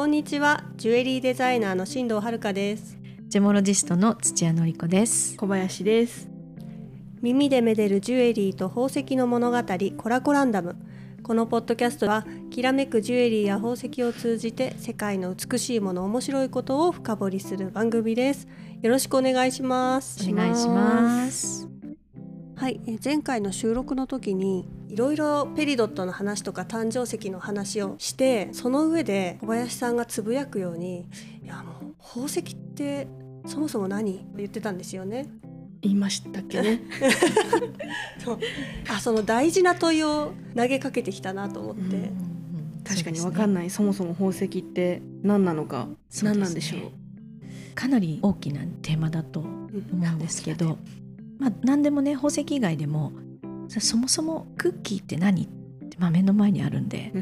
こんにちは。ジュエリーデザイナーの新藤遥です。 ジェモロジストの土屋のり子です。 小林です。 耳でめでるジュエリーと宝石の物語、コラコランダム。このポッドキャストはきらめくジュエリーや宝石を通じて世界の美しいもの、面白いことを深掘りする番組です。よろしくお願いします。 お願いします。 はい、前回の収録の時にいろいろペリドットの話とか誕生石の話をして、その上で小林さんがつぶやくように、いやもう宝石ってそもそも何って言ってたんですよね。 言いましたっけねその大事な問いを投げかけてきたなと思って、 確かに分かんない、そもそも宝石って何なのか、何なんでしょう。 かなり大きなテーマだと思うんですけど、何でもね、宝石以外でもそもそもクッキーって何って、目の前にあるんで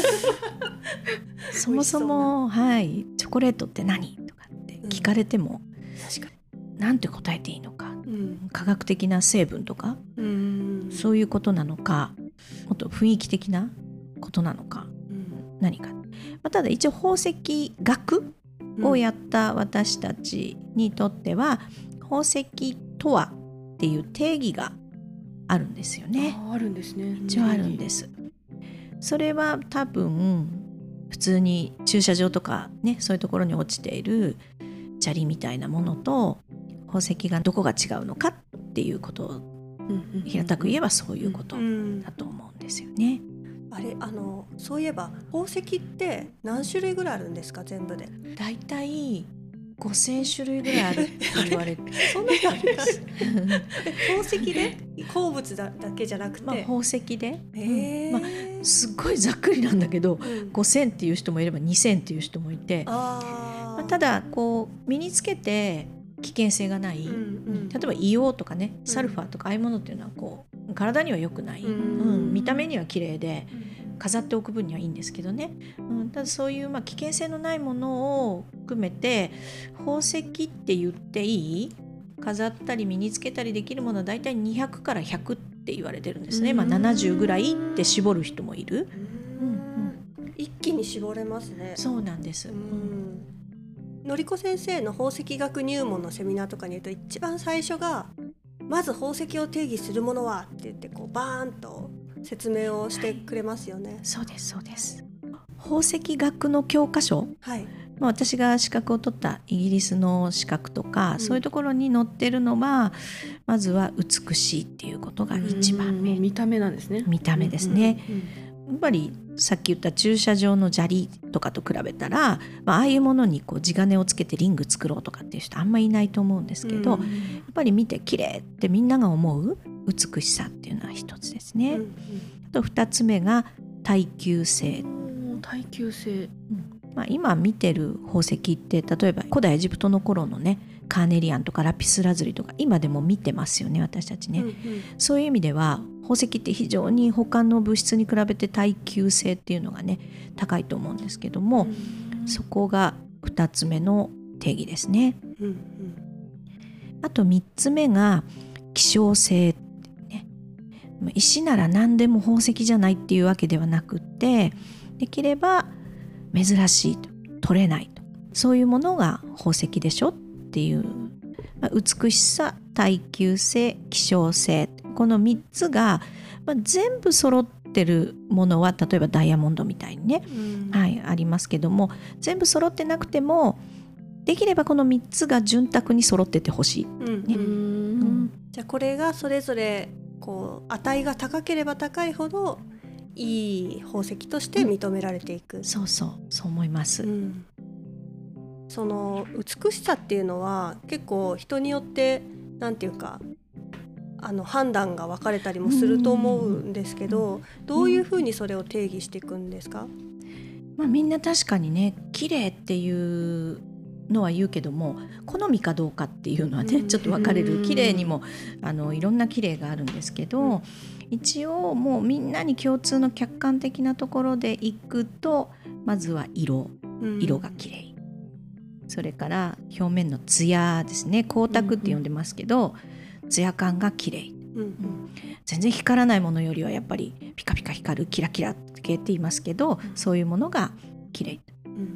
そもそも、チョコレートって何とかって聞かれても、 確かになんて答えていいのか、科学的な成分とか、そういうことなのか、もっと雰囲気的なことなのか、何か、ただ一応宝石学をやった私たちにとっては、宝石とはっていう定義があるんですよね。 あるんですね。 一応あるんです。それは多分普通に駐車場とかね、そういうところに落ちている砂利みたいなものと宝石がどこが違うのかっていうことを平たく言えばそういうことだと思うんですよね。 そういえば宝石って何種類ぐらいあるんですか、全部で。 だいたい5000種類ぐらいあるって言われてそんなにあるんです宝石で鉱物だけじゃなくて、 宝石で、すっごいざっくりなんだけど、5000っていう人もいれば2000っていう人もいて、ただこう身につけて危険性がない、例えば硫黄とかね、サルファーとか、ああいうものっていうのはこう体には良くない、見た目には綺麗で飾っておく分にはいいんですけどね、ただそういう危険性のないものを含めて宝石って言っていい、飾ったり身につけたりできるものはだいたい200から100って言われてるんですね。70ぐらいって絞る人もいる。 一気に絞れますね。 そうなんです。 のりこ先生の宝石学入門のセミナーとかに言うと、一番最初がまず宝石を定義するものはって言って、こうバーンと説明をしてくれますよね。 そうですそうです。宝石学の教科書、私が資格を取ったイギリスの資格とか、そういうところに載ってるのは、まずは美しいっていうことが一番目。 見た目なんですね。 見た目ですね。やっぱりさっき言った駐車場の砂利とかと比べたら、ああいうものにこう地金をつけてリング作ろうとかっていう人あんまりいないと思うんですけど、やっぱり見て綺麗ってみんなが思う美しさっていうのは一つですね。あと二つ目が耐久性。 耐久性、 今見てる宝石って例えば古代エジプトの頃のね、カーネリアンとかラピスラズリとか今でも見てますよね、私たちね。そういう意味では宝石って非常に他の物質に比べて耐久性っていうのがね高いと思うんですけども、そこが2つ目の定義ですね。あと3つ目が希少性、石なら何でも宝石じゃないっていうわけではなくって、できれば珍しいと、取れないと、そういうものが宝石でしょっていう、美しさ、耐久性、希少性、この3つが、全部揃ってるものは例えばダイヤモンドみたいにね、ありますけども、全部揃ってなくてもできればこの3つが潤沢に揃っててほしい、 じゃあこれがそれぞれこう値が高ければ高いほどいい宝石として認められていく。 そう思います。 その美しさっていうのは結構人によってなんていうか判断が分かれたりもすると思うんですけど、どういうふうにそれを定義していくんですか？ みんな確かにね、綺麗っていうのは言うけども、好みかどうかっていうのはねちょっと分かれる。綺麗にもいろんな綺麗があるんですけど、一応もうみんなに共通の客観的なところでいくと、まずは色が綺麗、それから表面のツヤですね、光沢って呼んでますけど、ツヤ感が綺麗、全然光らないものよりはやっぱりピカピカ光るキラキラ系って言いますけど、そういうものが綺麗、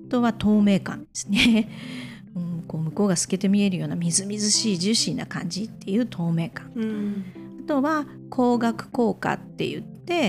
とは透明感ですね、こう向こうが透けて見えるようなみずみずしいジューシーな感じっていう透明感、あとは光学効果って言って、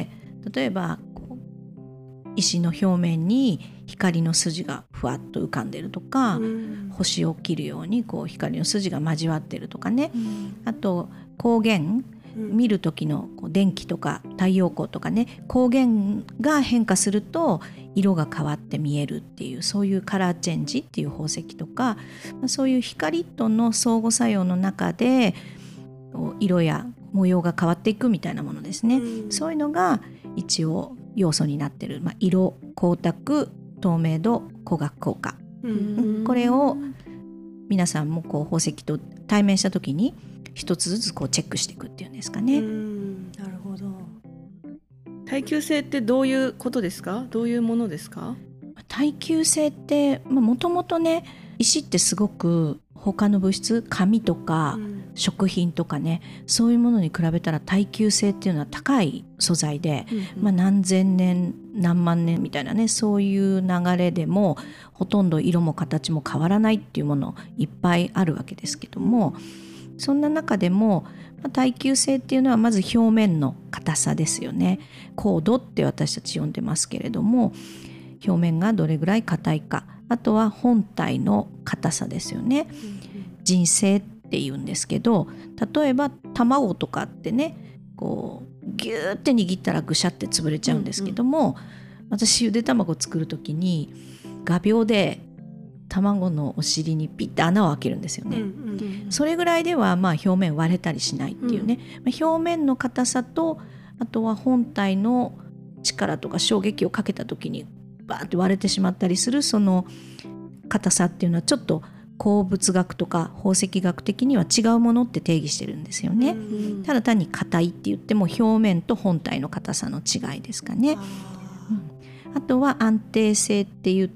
例えばこう石の表面に光の筋がふわっと浮かんでるとか、星を切るようにこう光の筋が交わってるとかね、あと光源、見る時のこう電気とか太陽光とかね、光源が変化すると色が変わって見えるっていう、そういうカラーチェンジっていう宝石とか、そういう光との相互作用の中で色や模様が変わっていくみたいなものですね、そういうのが一応要素になってる、色、光沢、透明度、光学効果、これを皆さんもこう宝石と対面した時に一つずつこうチェックしていくっていうんですかね。 なるほど。 耐久性ってどういうことですか？どういうものですか？ 耐久性ってもともとね、石ってすごく他の物質、紙とか食品とかね、そういうものに比べたら耐久性っていうのは高い素材で、何千年何万年みたいなね、そういう流れでもほとんど色も形も変わらないっていうものいっぱいあるわけですけども、そんな中でも耐久性っていうのはまず表面の硬さですよね。硬度って私たち呼んでますけれども、表面がどれぐらい硬いか、あとは本体の硬さですよね。人性っていうんですけど、例えば卵とかってね、こうギューって握ったらぐしゃって潰れちゃうんですけども、私ゆで卵作る時に画鋲で卵のお尻にピッて穴を開けるんですよね、それぐらいでは表面割れたりしないっていうね、表面の硬さと、あとは本体の力とか衝撃をかけた時にバーって割れてしまったりするその硬さっていうのはちょっと鉱物学とか宝石学的には違うものって定義してるんですよね、ただ単に硬いって言っても表面と本体の硬さの違いですかね。あとは安定性って言って、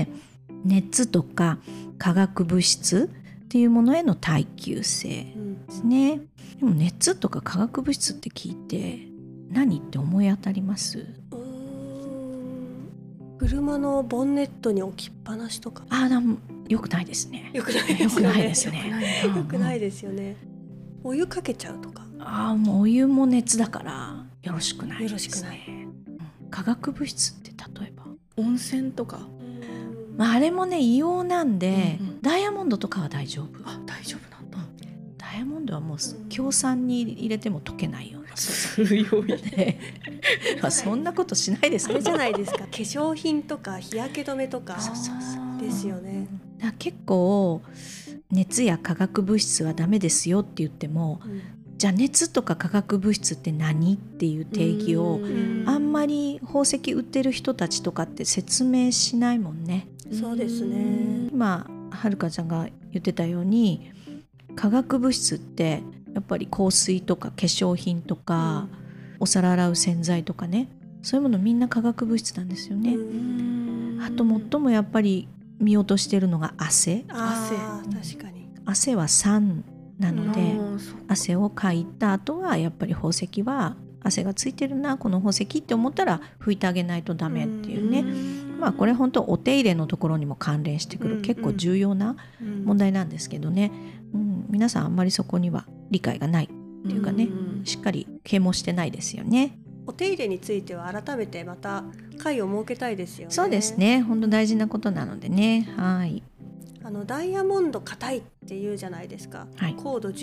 熱とか化学物質っていうものへの耐久性ですね、でも熱とか化学物質って聞いて何って思い当たります？ 車のボンネットに置きっぱなしとか。 よくないですね。 よくないですよね。よくないですよね。お湯かけちゃうとか。 もうお湯も熱だからよろしくないですね。 よろしくない。 化学物質って例えば温泉とか、 あれもね硫黄なんで、ダイヤモンドとかは大丈夫。 大丈夫なんだ。 ダイヤモンドはもう強酸に入れても溶けないような強いでそんなことしないですか。 あれじゃないですか、化粧品とか日焼け止めとかですよね。 だから結構熱や化学物質はダメですよって言っても、じゃあ熱とか化学物質って何っていう定義をあんまり宝石売ってる人たちとかって説明しないもんね。 そうですね。 今はるかちゃんが言ってたように、化学物質ってやっぱり香水とか化粧品とか、お皿洗う洗剤とかね、そういうものみんな化学物質なんですよね。あと最もやっぱり見落としてるのが汗。 確かに。 汗は酸なので、汗をかいた後はやっぱり宝石は汗がついてるなこの宝石って思ったら拭いてあげないとダメっていうね、これ本当お手入れのところにも関連してくる、結構重要な問題なんですけどね、皆さんあんまりそこには理解がないっていうかね、しっかり啓蒙してないですよね。 お手入れについては改めてまた会を設けたいですよね。 そうですね、本当大事なことなのでね。はい。 ダイヤモンド硬いっていうじゃないですか、コード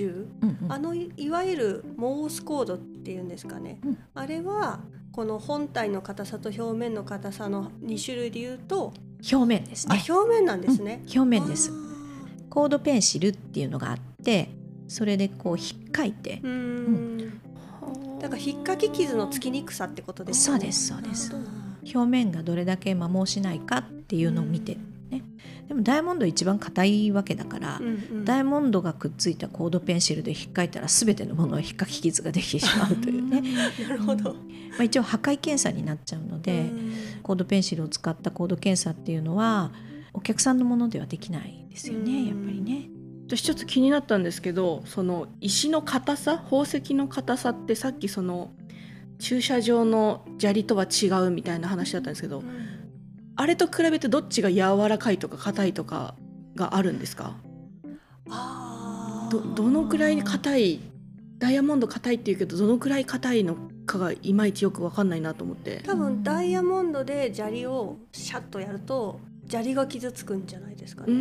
10、いわゆるモースコードっていうんですかね、あれはこの本体の硬さと表面の硬さの2種類でいうと表面ですね。 表面なんですね、 表面です。コードペンシルっていうのがあって、それでこう引っかいて、 だから引っかき傷のつきにくさってことですよね。 そうです。表面がどれだけ摩耗しないかっていうのを見てね。でもダイヤモンド一番硬いわけだから、ダイヤモンドがくっついたコードペンシルで引っかいたら全てのものは引っかき傷ができてしまうというねなるほど、 一応破壊検査になっちゃうので、コードペンシルを使ったコード検査っていうのはお客さんのものではできないですよね、やっぱりね。 私ちょっと気になったんですけど、その石の硬さ、宝石の硬さってさっきその駐車場の砂利とは違うみたいな話だったんですけど、 あれと比べてどっちが柔らかいとか硬いとかがあるんですか？どのくらい硬い、ダイヤモンド硬いっていうけどどのくらい硬いのかがいまいちよく分かんないなと思って。 多分ダイヤモンドで砂利をシャッとやると砂利が傷つくんじゃないですかね。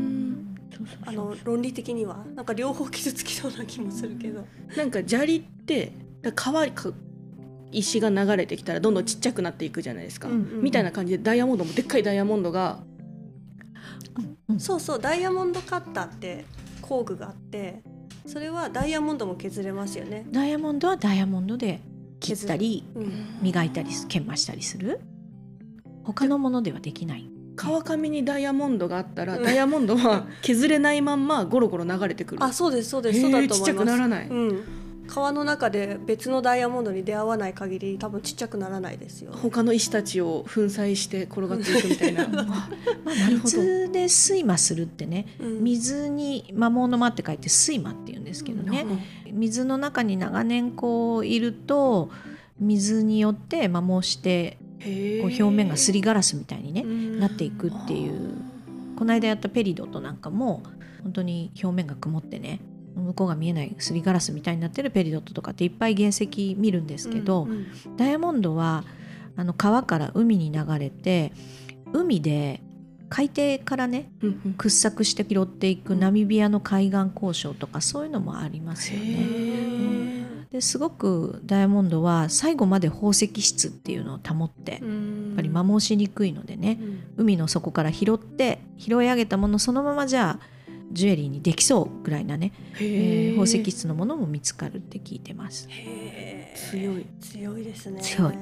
論理的にはなんか両方傷つきそうな気もするけど、 なんか砂利って石が流れてきたらどんどんちっちゃくなっていくじゃないですか、みたいな感じでダイヤモンドもでっかいダイヤモンドが、 そうそう、ダイヤモンドカッターって工具があって、それはダイヤモンドも削れますよね。 ダイヤモンドはダイヤモンドで切ったり、磨いたり研磨したりする。他のものではできない。 川上にダイヤモンドがあったら、ダイヤモンドは削れないまんまゴロゴロ流れてくる。 あ、そうですそうです、そうだと思います。 ちっちゃくならない、 川の中で別のダイヤモンドに出会わない限り多分ちっちゃくならないですよ。 他の石たちを粉砕して転がっていくみたいな水で睡魔するってね、水に摩耗の魔って書いて睡魔って言うんですけどね、水の中に長年こういると水によって摩耗してこう表面がすりガラスみたいに、ね、なっていくっていう。この間やったペリドットなんかも本当に表面が曇ってね、向こうが見えないすりガラスみたいになってるペリドットとかっていっぱい原石見るんですけど、ダイヤモンドは川から海に流れて、海で海底からね、掘削して拾っていくナミビアの海岸鉱床とかそういうのもありますよね。ですごくダイヤモンドは最後まで宝石質っていうのを保って、やっぱり摩耗しにくいのでね、海の底から拾い上げたものそのままじゃあジュエリーにできそうぐらいなね、宝石質のものも見つかるって聞いてます。 強いですね。 強い。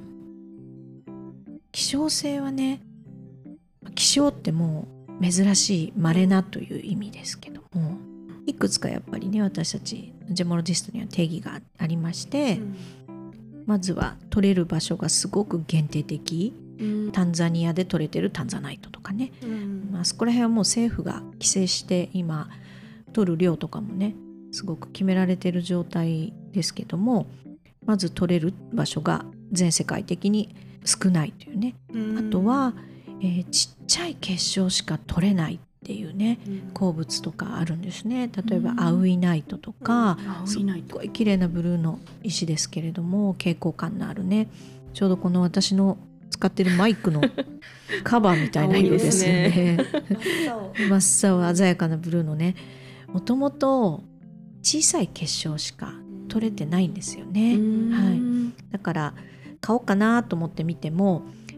希少性はね、希少ってもう珍しい稀なという意味ですけども、いくつかやっぱりね、私たちジェモロジストには定義がありまして、まずは取れる場所がすごく限定的、タンザニアで取れてるタンザナイトとかね、そこら辺はもう政府が規制して今取る量とかもねすごく決められてる状態ですけども、まず取れる場所が全世界的に少ないというね、あとは、ちっちゃい結晶しか取れないっていうね、鉱物とかあるんですね。例えばアウイナイトとか、すっごい綺麗なブルーの石ですけれども蛍光感のあるね、ちょうどこの私の使ってるマイクのカバーみたいな色ですよね。真っ青鮮やかなブルーのね、もともと小さい結晶しか取れてないんですよね。だから買おうかなと思って見ても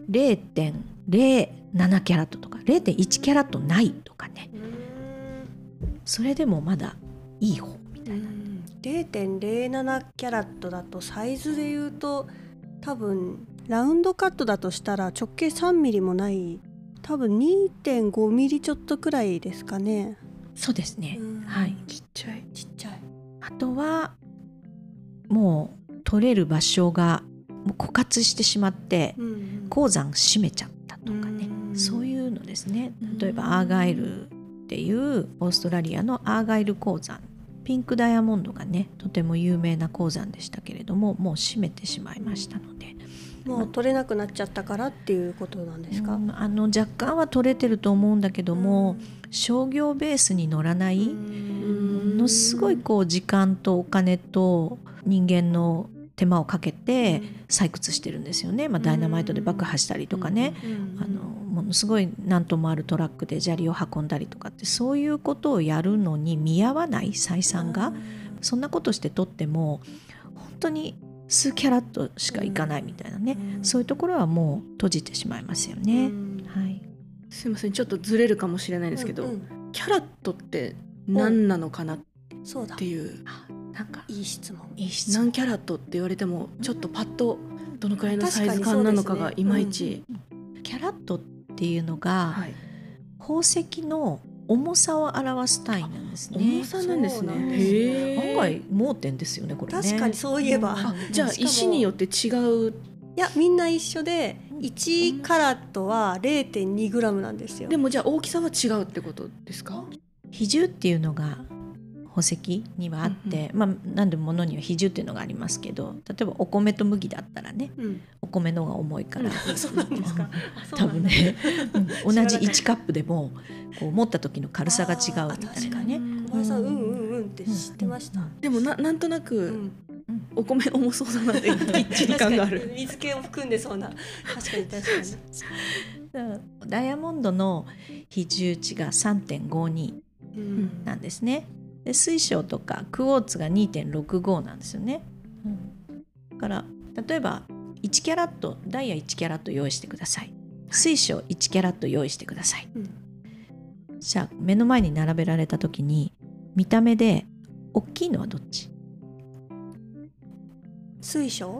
0.07 キャラットとか 0.1 キャラットないとかね、それでもまだいい方みたいな。 0.07 キャラットだとサイズで言うと多分ラウンドカットだとしたら直径3ミリもない、多分 2.5 ミリちょっとくらいですかね。 そうですね、 ちっちゃい。 あとはもう取れる場所がもう枯渇してしまって、鉱山閉めちゃったとかね、そういうのですね。例えばアーガイルっていうオーストラリアのアーガイル鉱山、ピンクダイヤモンドがねとても有名な鉱山でしたけれども、もう閉めてしまいましたので、 もう取れなくなっちゃったからっていうことなんですか？ 若干は取れてると思うんだけども、商業ベースに乗らない、ものすごいこう時間とお金と人間の手間をかけて採掘してるんですよね。ダイナマイトで爆破したりとかね、ものすごい何トンもあるトラックで砂利を運んだりとかって、そういうことをやるのに見合わない採算が、そんなことして取っても本当に数キャラットしかいかないみたいなね、そういうところはもう閉じてしまいますよね。 すいません、ちょっとずれるかもしれないですけど、キャラットって何なのかなっていう、 なんかいい質問。 何キャラットって言われてもちょっとパッとどのくらいのサイズ感なのかがいまいち、 キャラットっていうのが、宝石の重さを表す単位なんですね。 重さなんですね。 案外盲点ですよね、これね。 確かにそういえば、 じゃあ石によって違う？ いや、みんな一緒で1カラットは 0.2 グラムなんですよ。 でもじゃあ大きさは違うってことですか？ 比重っていうのが宝石にはあって、何でも物には比重っていうのがありますけど、例えばお米と麦だったらね、お米の方が重いから、 そうなんですか。 多分ね、同じ1カップでもこう持った時の軽さが違うみたいなね。 小林さんって知ってました。 でもなんとなく、お米重そうだなってきっちり感がある。 水気を含んでそうな。確かにダイヤモンドの比重値が 3.52 なんですね。で水晶とかクォーツが 2.65 なんですよね。だから例えば1キャラット、ダイヤ1キャラット用意してください。水晶1キャラット用意してください。じゃあ目の前に並べられた時に見た目で大きいのはどっち？ 水晶？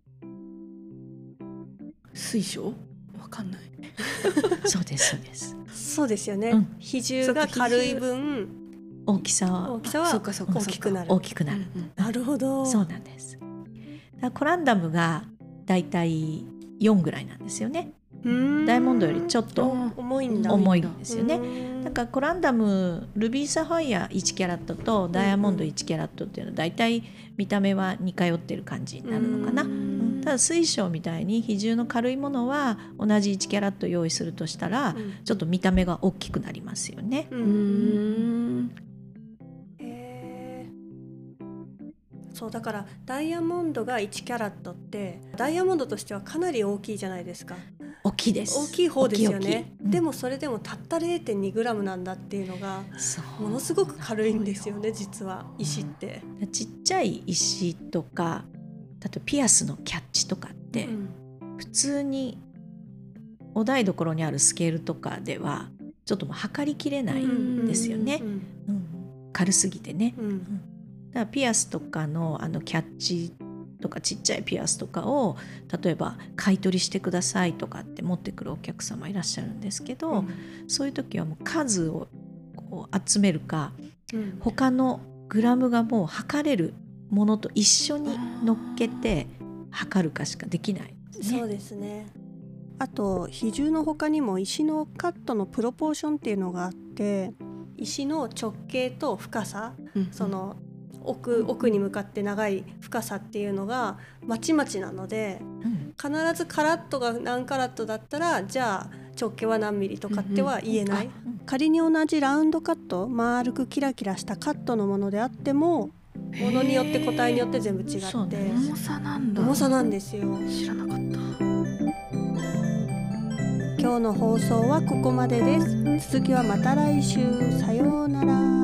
水晶？わかんない。 そうですそうです。 そうですよね。比重が軽い分大きさは大きくなる。 大きくなる。 なるほど。 そうなんです。だからコランダムがだいたい4ぐらいなんですよね。ダイヤモンドよりちょっと重いんですよね。だからコランダム、ルビーサファイア1キャラットとダイヤモンド1キャラットっていうのはだいたい見た目は似通ってる感じになるのかな。ただ水晶みたいに比重の軽いものは同じ1キャラット用意するとしたら、ちょっと見た目が大きくなりますよね。 そうだからダイヤモンドが1キャラットってダイヤモンドとしてはかなり大きいじゃないですか。 大きいです。 大きい方ですよね。でもそれでもたった 0.2 グラムなんだっていうのがものすごく軽いんですよね、実は石って。 ちっちゃい石とか、例えばピアスのキャッチとかって、普通にお台所にあるスケールとかではちょっともう測りきれないんですよね。軽すぎてね。だからピアスとかのキャッチとかちっちゃいピアスとかを例えば買い取りしてくださいとかって持ってくるお客様いらっしゃるんですけど、そういう時はもう数をこう集めるか、他のグラムがもう測れるものと一緒に乗っけて測るかしかできないですね。 そうですね。あと比重の他にも石のカットのプロポーションっていうのがあって、石の直径と深さ、その奥に向かって長い深さっていうのがまちまちなので、必ずカラットが何カラットだったらじゃあ直径は何ミリとかっては言えない。仮に同じラウンドカット、丸くキラキラしたカットのものであっても、ものによって個体によって全部違って、 重さなんだ。 重さなんですよ。 知らなかった。 今日の放送はここまでです。続きはまた来週。さようなら。